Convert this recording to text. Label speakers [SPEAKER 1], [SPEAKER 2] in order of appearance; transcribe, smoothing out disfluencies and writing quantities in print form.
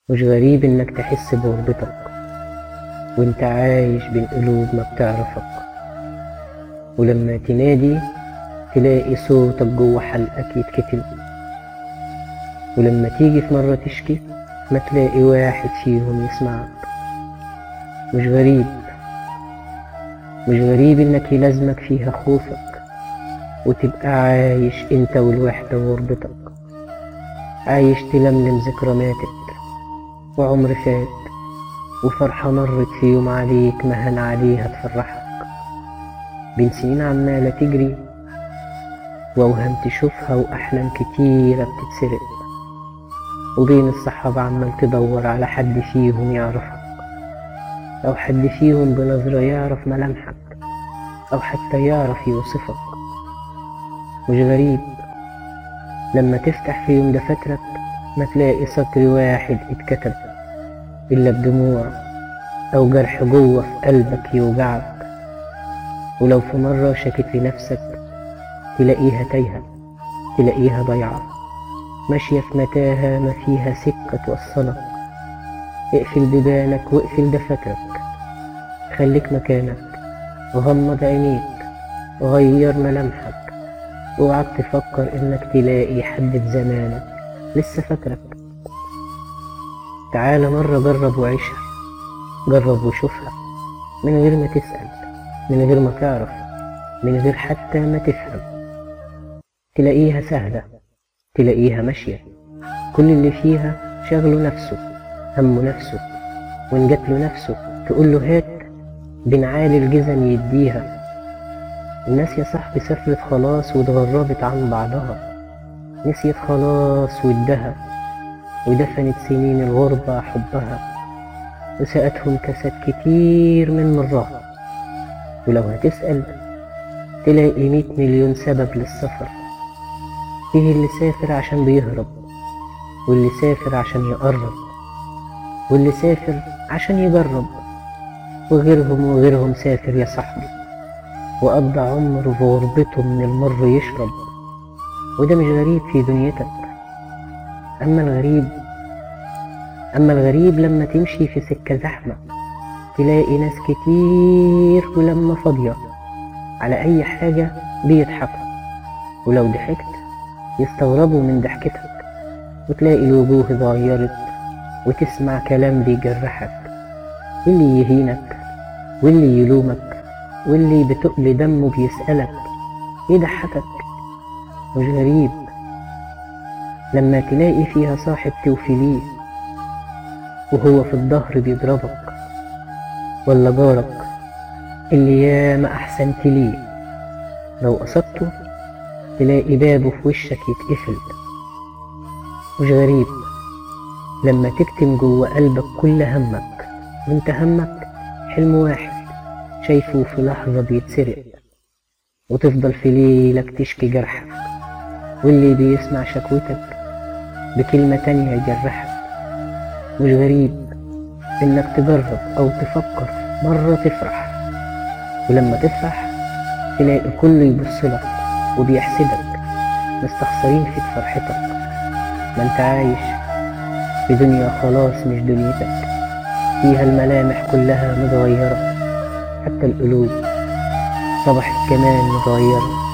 [SPEAKER 1] مش غريب انك تحس بغربتك وانت عايش بين قلوب ما بتعرفك، ولما تنادي تلاقي صوتك جوه حلقك يتكتم، ولما تيجي في مرة تشكي ما تلاقي واحد فيهم يسمعك. مش غريب مش غريب انك يلازمك فيها خوفك وتبقى عايش انت والوحدة وغربتك، عايش تلملم ذكرى ماتت وعمر فات وفرحة مرت في يوم عليك مهن عليها تفرحك، بين سنين عمالة تجري وأوهام تشوفها وأحلام كتيرة بتتسرق، وبين الصحاب عمال تدور على حد فيهم يعرفك، أو حد فيهم بنظرة يعرف ملامحك، أو حتى يعرف يوصفك. مش غريب لما تفتح في يوم دفاترك ما تلاقي سطر واحد اتكتب إلا بدموع أو جرح جوه في قلبك يوجعك، ولو في مرة شكت لنفسك تلاقيها تايهة، تلاقيها ضيعة ماشية في متاهة ما فيها سكة توصلك. اقفل بيبانك واقفل دفاترك، خليك مكانك وغمض عينيك وغير ملامحك، اوعك تفكر انك تلاقي حد في زمانك لسه فاكرك. تعال مرة جرب وعيشها، جرب وشوفها من غير ما تسأل، من غير ما تعرف، من غير حتى ما تفهم. تلاقيها سهلة، تلاقيها ماشية، كل اللي فيها شغله نفسه همه نفسه، وإن جاتله نفسه تقوله هات بنعالي الجزم يديها. الناس يا صاحبي سافرت خلاص واتغربت عن بعضها، نسيت خلاص ودها ودفنت سنين الغربة حبها، وسقتهم كاسات كتير من مرها. ولو هتسأل تلاقي 100 مليون سبب للسفر، فيه اللي سافر عشان بيهرب، واللي سافر عشان يقرب، واللي سافر عشان يجرب، وغيرهم سافر يا صاحبي وقضى عمره في غربته من المر يشرب. وده مش غريب في دنيتك. أما الغريب لما تمشي في سكة زحمة تلاقي ناس كتير ولما فاضية على أي حاجة بيضحكوا، ولو ضحكت يستغربوا من ضحكتك، وتلاقي الوجوه اتغيرت وتسمع كلام بيجرحك، واللي يهينك واللي يلومك واللي بتقل دمه بيسألك يضحكك. مش غريب لما تلاقي فيها صاحب توفي ليه وهو في الظهر بيضربك، ولا جارك اللي ياما أحسنت ليه لو قصدته تلاقي بابه في وشك يتقفل. مش غريب لما تكتم جوه قلبك كل همك وانت همك حلم واحد شايفه في لحظة بيتسرق، وتفضل في ليلك تشكي جرحك، واللي بيسمع شكوتك بكلمة تانية يجرحك. مش غريب انك تجرب او تفكر مرة تفرح، ولما تفرح تلاقي كله يبصلك وبيحسدك، مستخسرين فيك فرحتك. ما انت عايش في دنيا خلاص مش دنيتك، فيها الملامح كلها متغيرة، حتى القلوب صبحت كمان متغيرة.